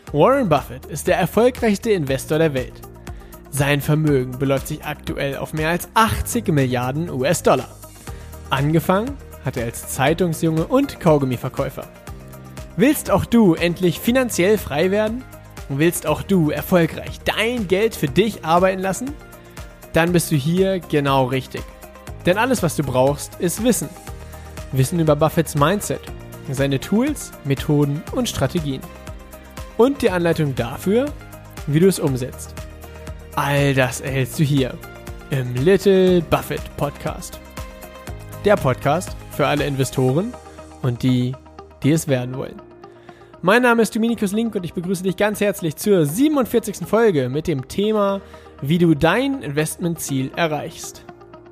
Warren Buffett ist der erfolgreichste Investor der Welt. Sein Vermögen beläuft sich aktuell auf mehr als 80 Milliarden US-Dollar. Angefangen hat er als Zeitungsjunge und Kaugummiverkäufer. Willst auch du endlich finanziell frei werden? Willst auch du erfolgreich dein Geld für dich arbeiten lassen? Dann bist du hier genau richtig. Denn alles, was du brauchst, ist Wissen. Wissen über Buffetts Mindset, seine Tools, Methoden und Strategien. Und die Anleitung dafür, wie du es umsetzt. All das erhältst du hier im Little Buffett Podcast. Der Podcast für alle Investoren und die es werden wollen. Mein Name ist Dominikus Link und ich begrüße dich ganz herzlich zur 47. Folge mit dem Thema, wie du dein Investmentziel erreichst.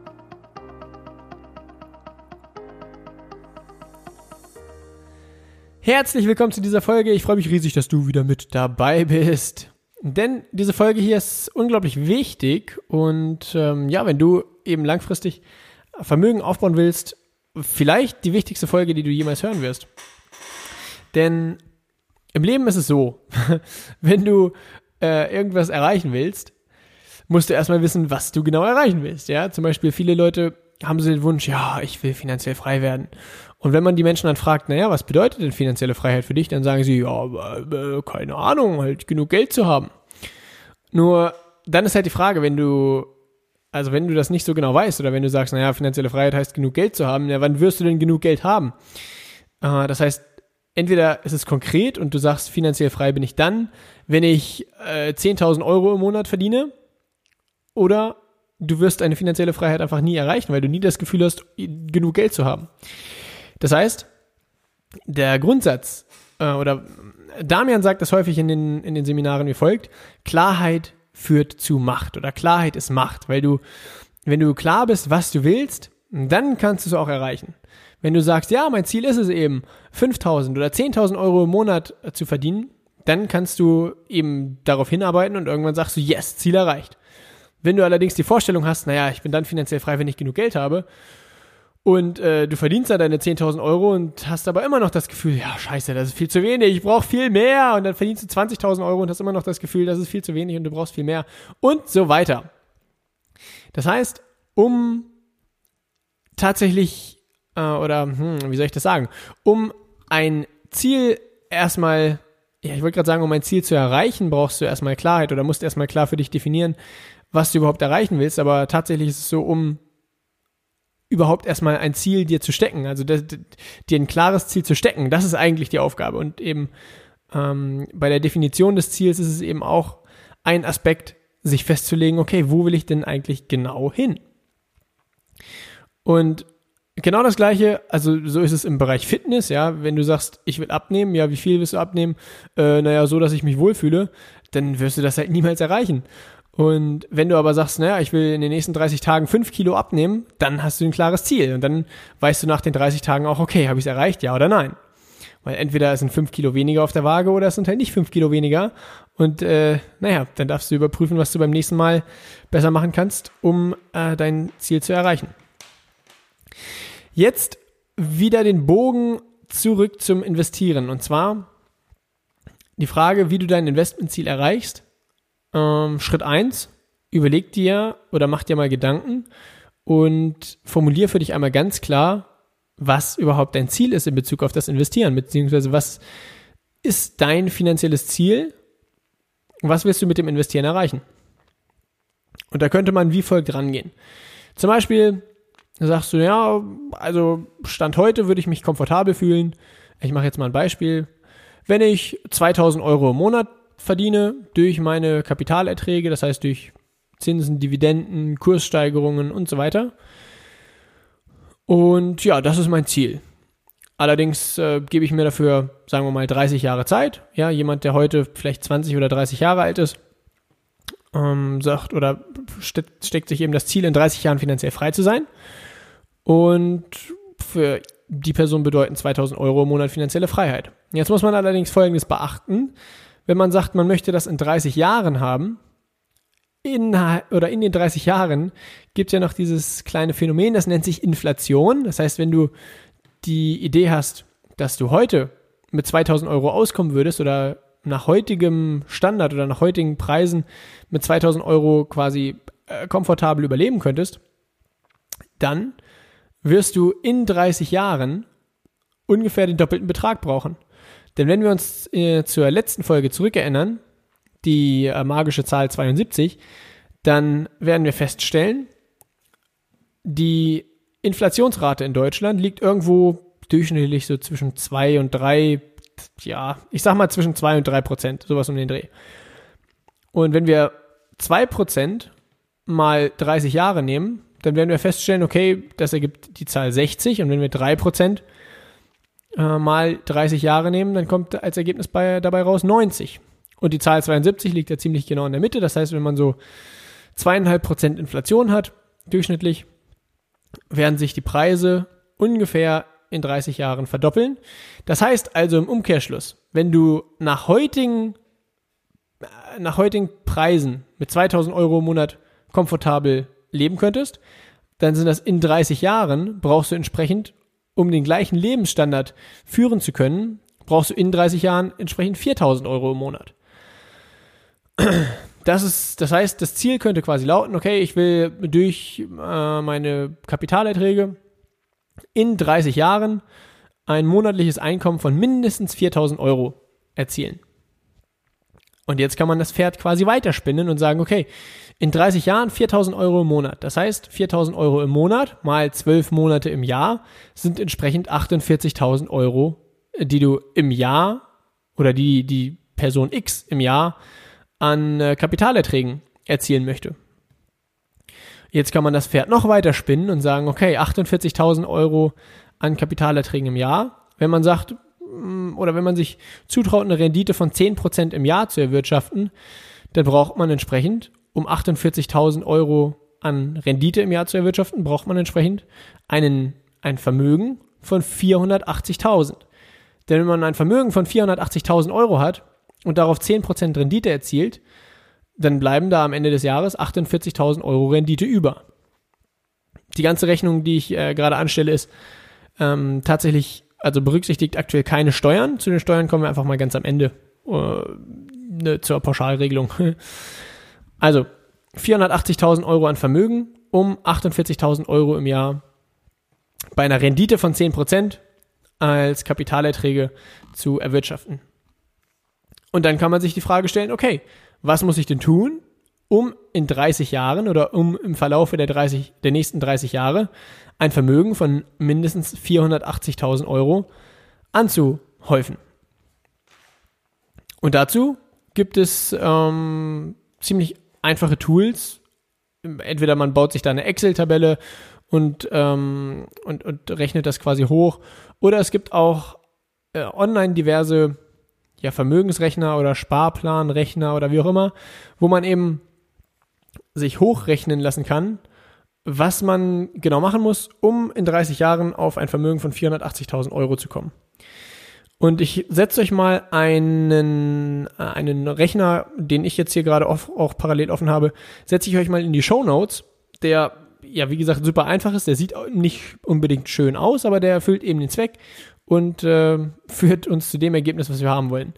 Herzlich willkommen zu dieser Folge. Ich freue mich riesig, dass du wieder mit dabei bist. Denn diese Folge hier ist unglaublich wichtig und wenn du eben langfristig Vermögen aufbauen willst, vielleicht die wichtigste Folge, die du jemals hören wirst. Denn im Leben ist es so, wenn du irgendwas erreichen willst, musst du erstmal wissen, was du genau erreichen willst. Ja? Zum Beispiel viele Leute haben so den Wunsch, ja, ich will finanziell frei werden. Und wenn man die Menschen dann fragt, naja, was bedeutet denn finanzielle Freiheit für dich? Dann sagen sie, ja, keine Ahnung, halt genug Geld zu haben. Nur dann ist halt die Frage, wenn du das nicht so genau weißt oder wenn du sagst, naja, finanzielle Freiheit heißt genug Geld zu haben, ja, wann wirst du denn genug Geld haben? Das heißt, entweder ist es konkret und du sagst, finanziell frei bin ich dann, wenn ich 10.000 Euro im Monat verdiene, oder du wirst eine finanzielle Freiheit einfach nie erreichen, weil du nie das Gefühl hast, genug Geld zu haben. Das heißt, der Grundsatz, oder Damian sagt das häufig in den Seminaren wie folgt: Klarheit führt zu Macht oder Klarheit ist Macht, weil wenn du klar bist, was du willst, dann kannst du es auch erreichen. Wenn du sagst, ja, mein Ziel ist es eben, 5.000 oder 10.000 Euro im Monat zu verdienen, dann kannst du eben darauf hinarbeiten und irgendwann sagst du, yes, Ziel erreicht. Wenn du allerdings die Vorstellung hast, naja, ich bin dann finanziell frei, wenn ich genug Geld habe, und du verdienst da deine 10.000 Euro und hast aber immer noch das Gefühl, ja, scheiße, das ist viel zu wenig, ich brauche viel mehr, und dann verdienst du 20.000 Euro und hast immer noch das Gefühl, das ist viel zu wenig und du brauchst viel mehr und so weiter. Das heißt, um tatsächlich, um ein Ziel erstmal, ich wollte gerade sagen, um ein Ziel zu erreichen, brauchst du erstmal Klarheit oder musst erstmal klar für dich definieren, was du überhaupt erreichen willst, aber tatsächlich ist es so, um überhaupt erstmal ein Ziel dir zu stecken, also dir ein klares Ziel zu stecken, das ist eigentlich die Aufgabe. Und eben bei der Definition des Ziels ist es eben auch ein Aspekt, sich festzulegen, okay, wo will ich denn eigentlich genau hin? Und genau das Gleiche, also so ist es im Bereich Fitness, ja, wenn du sagst, ich will abnehmen, ja, wie viel willst du abnehmen? So, dass ich mich wohlfühle, dann wirst du das halt niemals erreichen. Und wenn du aber sagst, naja, ich will in den nächsten 30 Tagen 5 Kilo abnehmen, dann hast du ein klares Ziel. Und dann weißt du nach den 30 Tagen auch, okay, habe ich es erreicht, ja oder nein? Weil entweder es sind 5 Kilo weniger auf der Waage oder es sind halt nicht 5 Kilo weniger. Und dann darfst du überprüfen, was du beim nächsten Mal besser machen kannst, um dein Ziel zu erreichen. Jetzt wieder den Bogen zurück zum Investieren. Und zwar die Frage, wie du dein Investmentziel erreichst. Schritt 1, überleg dir oder mach dir mal Gedanken und formulier für dich einmal ganz klar, was überhaupt dein Ziel ist in Bezug auf das Investieren, beziehungsweise was ist dein finanzielles Ziel, was willst du mit dem Investieren erreichen? Und da könnte man wie folgt rangehen. Zum Beispiel sagst du, ja, also Stand heute würde ich mich komfortabel fühlen. Ich mache jetzt mal ein Beispiel. Wenn ich 2.000 Euro im Monat verdiene durch meine Kapitalerträge, das heißt durch Zinsen, Dividenden, Kurssteigerungen und so weiter. Und ja, das ist mein Ziel. Allerdings gebe ich mir dafür, sagen wir mal, 30 Jahre Zeit. Ja, jemand, der heute vielleicht 20 oder 30 Jahre alt ist, sagt oder steckt sich eben das Ziel, in 30 Jahren finanziell frei zu sein. Und für die Person bedeuten 2.000 Euro im Monat finanzielle Freiheit. Jetzt muss man allerdings Folgendes beachten. Wenn man sagt, man möchte das in 30 Jahren haben, in den 30 Jahren gibt es ja noch dieses kleine Phänomen, das nennt sich Inflation. Das heißt, wenn du die Idee hast, dass du heute mit 2.000 Euro auskommen würdest oder nach heutigem Standard oder nach heutigen Preisen mit 2.000 Euro quasi komfortabel überleben könntest, dann wirst du in 30 Jahren ungefähr den doppelten Betrag brauchen. Denn wenn wir uns zur letzten Folge zurückerinnern, die magische Zahl 72, dann werden wir feststellen, die Inflationsrate in Deutschland liegt irgendwo durchschnittlich so zwischen 2 und 3, ja, ich sag mal zwischen 2 und 3%, sowas um den Dreh. Und wenn wir 2% mal 30 Jahre nehmen, dann werden wir feststellen, okay, das ergibt die Zahl 60 und wenn wir 3% mal 30 Jahre nehmen, dann kommt als Ergebnis dabei raus 90. Und die Zahl 72 liegt ja ziemlich genau in der Mitte. Das heißt, wenn man so 2,5% Inflation hat, durchschnittlich, werden sich die Preise ungefähr in 30 Jahren verdoppeln. Das heißt also im Umkehrschluss, wenn du nach heutigen Preisen mit 2.000 Euro im Monat komfortabel leben könntest, dann sind das in 30 Jahren, brauchst du entsprechend, um den gleichen Lebensstandard führen zu können, brauchst du in 30 Jahren entsprechend 4.000 Euro im Monat. Das heißt, das Ziel könnte quasi lauten, okay, ich will durch meine Kapitalerträge in 30 Jahren ein monatliches Einkommen von mindestens 4.000 Euro erzielen. Und jetzt kann man das Pferd quasi weiterspinnen und sagen, okay, in 30 Jahren 4.000 Euro im Monat. Das heißt, 4.000 Euro im Monat mal 12 Monate im Jahr sind entsprechend 48.000 Euro, die du im Jahr oder die Person X im Jahr an Kapitalerträgen erzielen möchte. Jetzt kann man das Pferd noch weiter spinnen und sagen, okay, 48.000 Euro an Kapitalerträgen im Jahr. Wenn man sagt, oder wenn man sich zutraut, eine Rendite von 10% im Jahr zu erwirtschaften, dann braucht man entsprechend, um 48.000 Euro an Rendite im Jahr zu erwirtschaften, braucht man entsprechend ein Vermögen von 480.000. Denn wenn man ein Vermögen von 480.000 Euro hat und darauf 10% Rendite erzielt, dann bleiben da am Ende des Jahres 48.000 Euro Rendite über. Die ganze Rechnung, die ich gerade anstelle, ist tatsächlich, also berücksichtigt aktuell keine Steuern. Zu den Steuern kommen wir einfach mal ganz am Ende zur Pauschalregelung. Also 480.000 Euro an Vermögen, um 48.000 Euro im Jahr bei einer Rendite von 10% als Kapitalerträge zu erwirtschaften. Und dann kann man sich die Frage stellen, okay, was muss ich denn tun, um in 30 Jahren oder um im Verlaufe der nächsten 30 Jahre ein Vermögen von mindestens 480.000 Euro anzuhäufen? Und dazu gibt es ziemlich einfache Tools. Entweder man baut sich da eine Excel-Tabelle und rechnet das quasi hoch, oder es gibt auch online diverse Vermögensrechner oder Sparplanrechner oder wie auch immer, wo man eben sich hochrechnen lassen kann, was man genau machen muss, um in 30 Jahren auf ein Vermögen von 480.000 Euro zu kommen. Und ich setze euch mal einen Rechner, den ich jetzt hier gerade auch parallel offen habe, setze ich euch mal in die Shownotes, der, ja, wie gesagt, super einfach ist. Der sieht nicht unbedingt schön aus, aber der erfüllt eben den Zweck und führt uns zu dem Ergebnis, was wir haben wollen.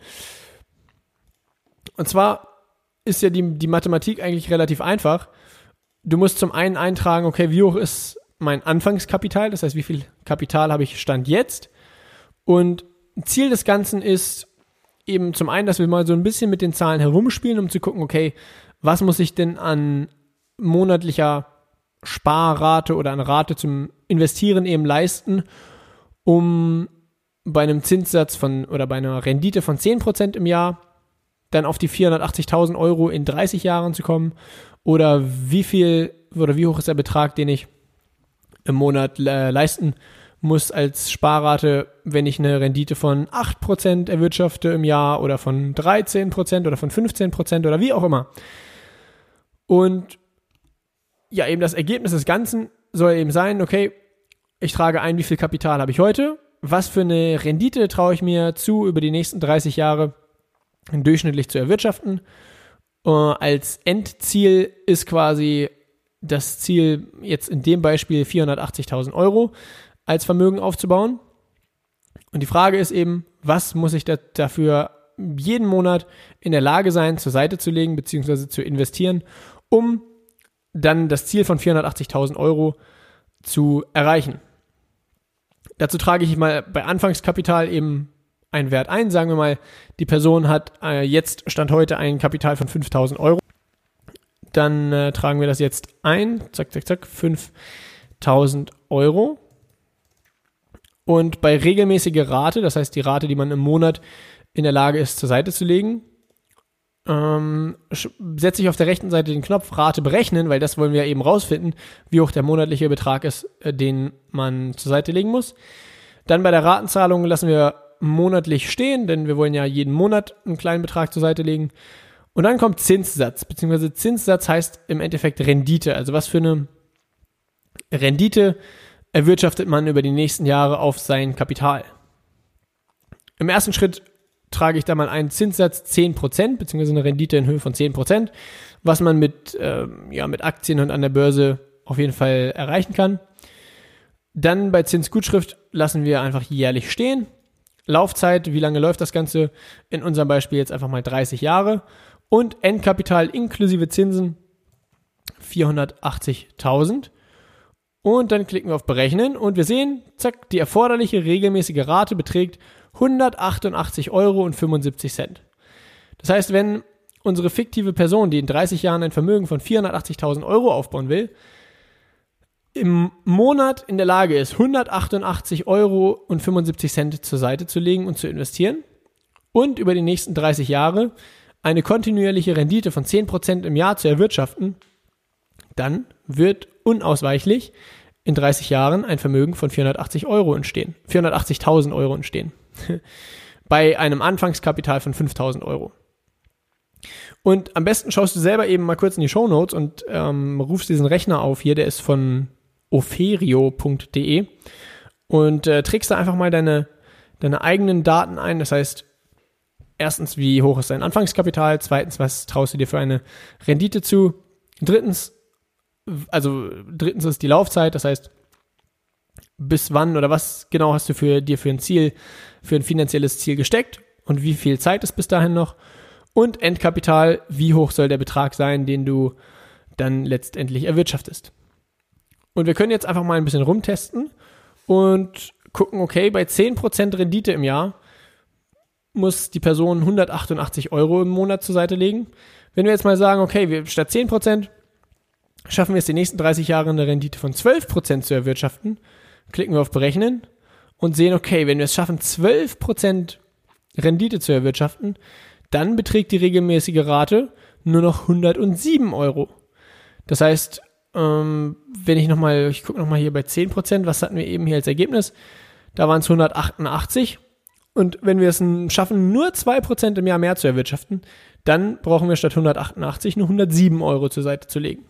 Und zwar ist ja die Mathematik eigentlich relativ einfach. Du musst zum einen eintragen, okay, wie hoch ist mein Anfangskapital, das heißt, wie viel Kapital habe ich Stand jetzt? Und Ziel des Ganzen ist eben zum einen, dass wir mal so ein bisschen mit den Zahlen herumspielen, um zu gucken, okay, was muss ich denn an monatlicher Sparrate oder an Rate zum Investieren eben leisten, um bei einem Zinssatz oder bei einer Rendite von 10% im Jahr dann auf die 480.000 Euro in 30 Jahren zu kommen, oder wie hoch ist der Betrag, den ich im Monat leisten muss als Sparrate, wenn ich eine Rendite von 8% erwirtschafte im Jahr oder von 13% oder von 15% oder wie auch immer. Und ja, eben das Ergebnis des Ganzen soll eben sein, okay, ich trage ein, wie viel Kapital habe ich heute, was für eine Rendite traue ich mir zu, über die nächsten 30 Jahre durchschnittlich zu erwirtschaften. Als Endziel ist quasi das Ziel jetzt in dem Beispiel 480.000 Euro als Vermögen aufzubauen. Und die Frage ist eben, was muss ich dafür jeden Monat in der Lage sein, zur Seite zu legen bzw. zu investieren, um dann das Ziel von 480.000 Euro zu erreichen. Dazu trage ich mal bei Anfangskapital eben einen Wert ein. Sagen wir mal, die Person hat jetzt Stand heute ein Kapital von 5.000 Euro. Dann tragen wir das jetzt ein. Zack, zack, zack. 5.000 Euro. Und bei regelmäßiger Rate, das heißt die Rate, die man im Monat in der Lage ist, zur Seite zu legen, setze ich auf der rechten Seite den Knopf Rate berechnen, weil das wollen wir eben rausfinden, wie hoch der monatliche Betrag ist, den man zur Seite legen muss. Dann bei der Ratenzahlung lassen wir monatlich stehen, denn wir wollen ja jeden Monat einen kleinen Betrag zur Seite legen. Und dann kommt Zinssatz, beziehungsweise Zinssatz heißt im Endeffekt Rendite. Also was für eine Rendite erwirtschaftet man über die nächsten Jahre auf sein Kapital. Im ersten Schritt trage ich da mal einen Zinssatz 10%, beziehungsweise eine Rendite in Höhe von 10%, was man mit Aktien und an der Börse auf jeden Fall erreichen kann. Dann bei Zinsgutschrift lassen wir einfach jährlich stehen. Laufzeit, wie lange läuft das Ganze? In unserem Beispiel jetzt einfach mal 30 Jahre. Und Endkapital inklusive Zinsen 480.000. Und dann klicken wir auf Berechnen und wir sehen, zack, die erforderliche regelmäßige Rate beträgt 188,75 Euro. Das heißt, wenn unsere fiktive Person, die in 30 Jahren ein Vermögen von 480.000 Euro aufbauen will, im Monat in der Lage ist, 188,75 Euro zur Seite zu legen und zu investieren und über die nächsten 30 Jahre eine kontinuierliche Rendite von 10% im Jahr zu erwirtschaften, dann wird unausweichlich in 30 Jahren ein Vermögen von 480.000 Euro entstehen. Bei einem Anfangskapital von 5.000 Euro. Und am besten schaust du selber eben mal kurz in die Shownotes und rufst diesen Rechner auf hier, der ist von oferio.de und trägst da einfach mal deine eigenen Daten ein. Das heißt, erstens, wie hoch ist dein Anfangskapital? Zweitens, was traust du dir für eine Rendite zu? Drittens ist die Laufzeit, das heißt, bis wann oder was genau hast du für ein finanzielles Ziel gesteckt und wie viel Zeit ist bis dahin noch? Und Endkapital, wie hoch soll der Betrag sein, den du dann letztendlich erwirtschaftest? Und wir können jetzt einfach mal ein bisschen rumtesten und gucken, okay, bei 10% Rendite im Jahr muss die Person 188 Euro im Monat zur Seite legen. Wenn wir jetzt mal sagen, okay, statt 10% schaffen wir es die nächsten 30 Jahre eine Rendite von 12% zu erwirtschaften, klicken wir auf Berechnen und sehen, okay, wenn wir es schaffen, 12% Rendite zu erwirtschaften, dann beträgt die regelmäßige Rate nur noch 107 Euro. Das heißt, ich gucke nochmal hier bei 10%, was hatten wir eben hier als Ergebnis? Da waren es 188. Und wenn wir es schaffen, nur 2% im Jahr mehr zu erwirtschaften, dann brauchen wir statt 188 nur 107 Euro zur Seite zu legen.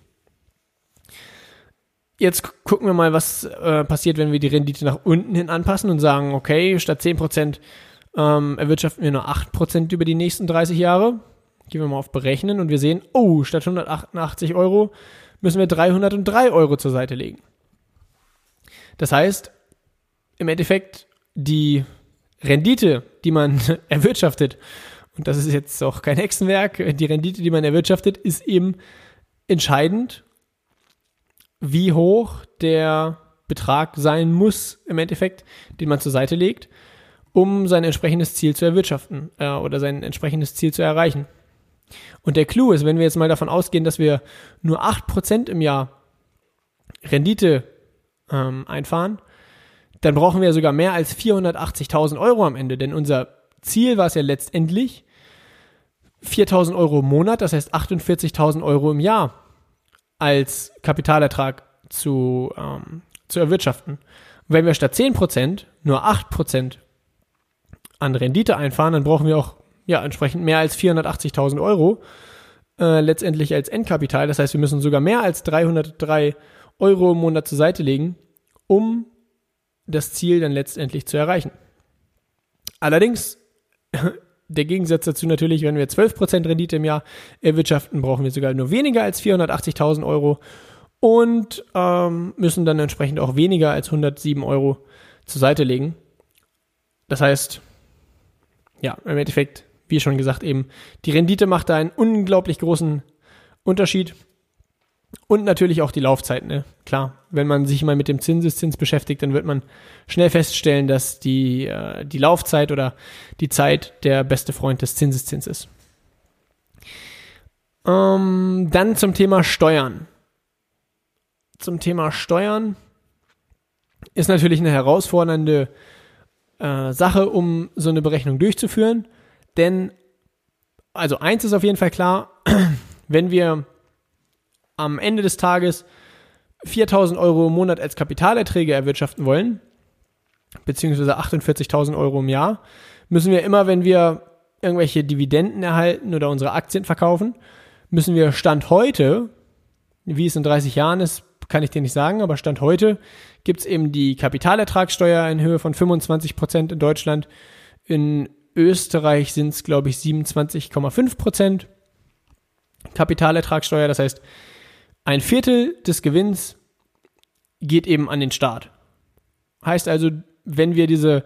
Jetzt gucken wir mal, was passiert, wenn wir die Rendite nach unten hin anpassen und sagen, okay, statt 10% erwirtschaften wir nur 8% über die nächsten 30 Jahre. Gehen wir mal auf Berechnen und wir sehen, statt 188 Euro müssen wir 303 Euro zur Seite legen. Das heißt, im Endeffekt die Rendite, die man erwirtschaftet, und das ist jetzt auch kein Hexenwerk, die Rendite, die man erwirtschaftet, ist eben entscheidend, wie hoch der Betrag sein muss, im Endeffekt, den man zur Seite legt, um sein entsprechendes Ziel zu erwirtschaften oder sein entsprechendes Ziel zu erreichen. Und der Clou ist, wenn wir jetzt mal davon ausgehen, dass wir nur 8% im Jahr Rendite einfahren, dann brauchen wir sogar mehr als 480.000 Euro am Ende, denn unser Ziel war es ja letztendlich 4.000 Euro im Monat, das heißt 48.000 Euro im Jahr als Kapitalertrag zu erwirtschaften. Und wenn wir statt 10% nur 8% an Rendite einfahren, dann brauchen wir auch entsprechend mehr als 480.000 Euro letztendlich als Endkapital. Das heißt, wir müssen sogar mehr als 303 Euro im Monat zur Seite legen, um das Ziel dann letztendlich zu erreichen. Allerdings, der Gegensatz dazu natürlich, wenn wir 12% Rendite im Jahr erwirtschaften, brauchen wir sogar nur weniger als 480.000 Euro und müssen dann entsprechend auch weniger als 107 Euro zur Seite legen. Das heißt, im Endeffekt wie schon gesagt eben, die Rendite macht da einen unglaublich großen Unterschied. Und natürlich auch die Laufzeit, ne? Klar, wenn man sich mal mit dem Zinseszins beschäftigt, dann wird man schnell feststellen, dass die Laufzeit oder die Zeit der beste Freund des Zinseszins ist. Dann zum Thema Steuern. Zum Thema Steuern ist natürlich eine herausfordernde Sache, um so eine Berechnung durchzuführen. Denn, also eins ist auf jeden Fall klar, wenn wir am Ende des Tages 4.000 Euro im Monat als Kapitalerträge erwirtschaften wollen, beziehungsweise 48.000 Euro im Jahr, müssen wir immer, wenn wir irgendwelche Dividenden erhalten oder unsere Aktien verkaufen, müssen wir Stand heute, wie es in 30 Jahren ist, kann ich dir nicht sagen, aber Stand heute gibt es eben die Kapitalertragssteuer in Höhe von 25% in Deutschland. In Österreich sind es, glaube ich, 27,5% Kapitalertragssteuer. Das heißt, ein Viertel des Gewinns geht eben an den Staat. Heißt also, wenn wir diese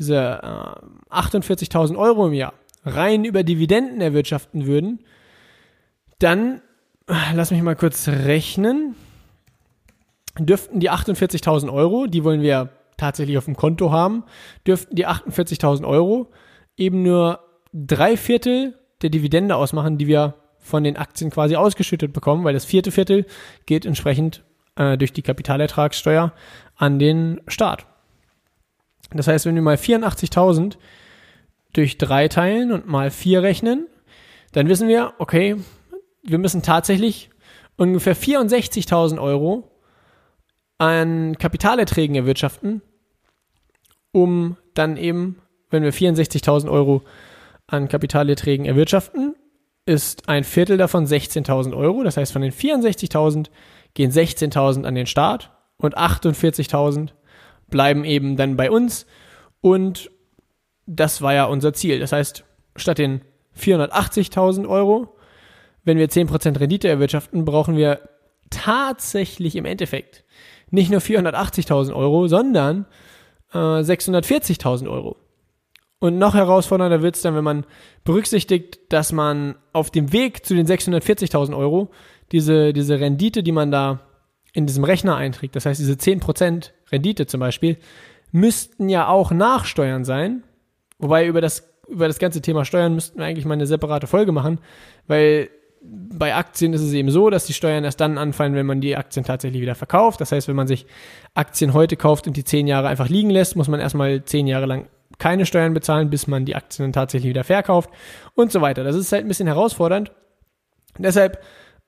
48.000 Euro im Jahr rein über Dividenden erwirtschaften würden, dann, lass mich mal kurz rechnen, dürften die 48.000 Euro, die wollen wir tatsächlich auf dem Konto haben, dürften die 48.000 Euro eben nur 3/4 der Dividende ausmachen, die wir von den Aktien quasi ausgeschüttet bekommen, weil das 4/4 geht entsprechend durch die Kapitalertragssteuer an den Staat. Das heißt, wenn wir mal 84.000 durch 3 teilen und mal 4 rechnen, dann wissen wir, okay, wir müssen tatsächlich ungefähr 64.000 Euro an Kapitalerträgen erwirtschaften, um dann eben, wenn wir 64.000 Euro an Kapitalerträgen erwirtschaften, ist ein Viertel davon 16.000 Euro. Das heißt, von den 64.000 gehen 16.000 an den Staat und 48.000 bleiben eben dann bei uns. Und das war ja unser Ziel. Das heißt, statt den 480.000 Euro, wenn wir 10% Rendite erwirtschaften, brauchen wir tatsächlich im Endeffekt nicht nur 480.000 Euro, sondern 640.000 Euro. Und noch herausfordernder wird es dann, wenn man berücksichtigt, dass man auf dem Weg zu den 640.000 Euro diese Rendite, die man da in diesem Rechner einträgt, das heißt diese 10% Rendite zum Beispiel, müssten ja auch Nachsteuern sein. Wobei über das ganze Thema Steuern müssten wir eigentlich mal eine separate Folge machen, weil bei Aktien ist es eben so, dass die Steuern erst dann anfallen, wenn man die Aktien tatsächlich wieder verkauft. Das heißt, wenn man sich Aktien heute kauft und die 10 Jahre einfach liegen lässt, muss man erstmal 10 Jahre lang keine Steuern bezahlen, bis man die Aktien dann tatsächlich wieder verkauft und so weiter. Das ist halt ein bisschen herausfordernd. Deshalb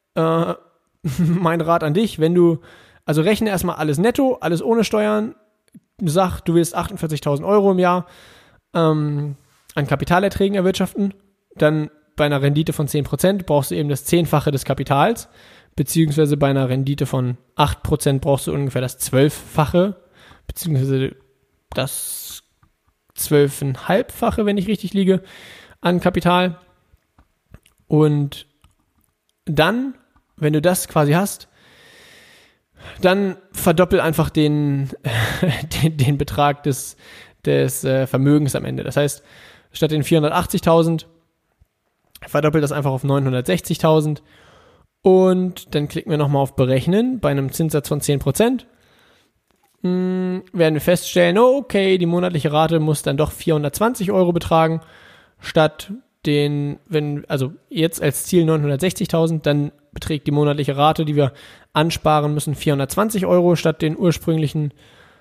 mein Rat an dich, also rechne erstmal alles netto, alles ohne Steuern, sag, du willst 48.000 Euro im Jahr an Kapitalerträgen erwirtschaften, dann bei einer Rendite von 10% brauchst du eben das 10-fache des Kapitals, beziehungsweise bei einer Rendite von 8% brauchst du ungefähr das 12-fache, beziehungsweise das 12,5-fache, wenn ich richtig liege, an Kapital. Und dann, wenn du das quasi hast, dann verdoppel einfach den Betrag des Vermögens am Ende. Das heißt, statt den 480.000 verdoppelt das einfach auf 960.000 und dann klicken wir nochmal auf Berechnen bei einem Zinssatz von 10%. Werden wir feststellen, okay, die monatliche Rate muss dann doch 420 Euro betragen, statt also jetzt als Ziel 960.000, dann beträgt die monatliche Rate, die wir ansparen müssen, 420 Euro statt den ursprünglichen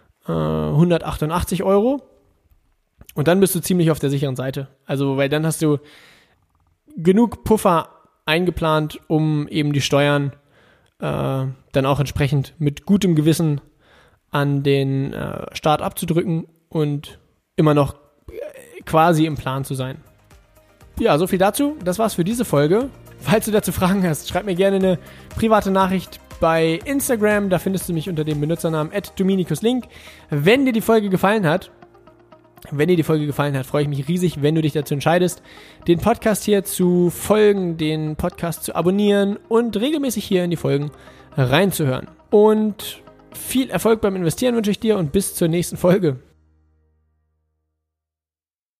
188 Euro. Und dann bist du ziemlich auf der sicheren Seite. Also, weil dann hast du genug Puffer eingeplant, um eben die Steuern dann auch entsprechend mit gutem Gewissen an den Staat abzudrücken und immer noch quasi im Plan zu sein. Ja, so viel dazu. Das war's für diese Folge. Falls du dazu Fragen hast, schreib mir gerne eine private Nachricht bei Instagram. Da findest du mich unter dem Benutzernamen @dominicuslink. Wenn dir die Folge gefallen hat, freue ich mich riesig, wenn du dich dazu entscheidest, den Podcast hier zu folgen, den Podcast zu abonnieren und regelmäßig hier in die Folgen reinzuhören. Und viel Erfolg beim Investieren wünsche ich dir und bis zur nächsten Folge.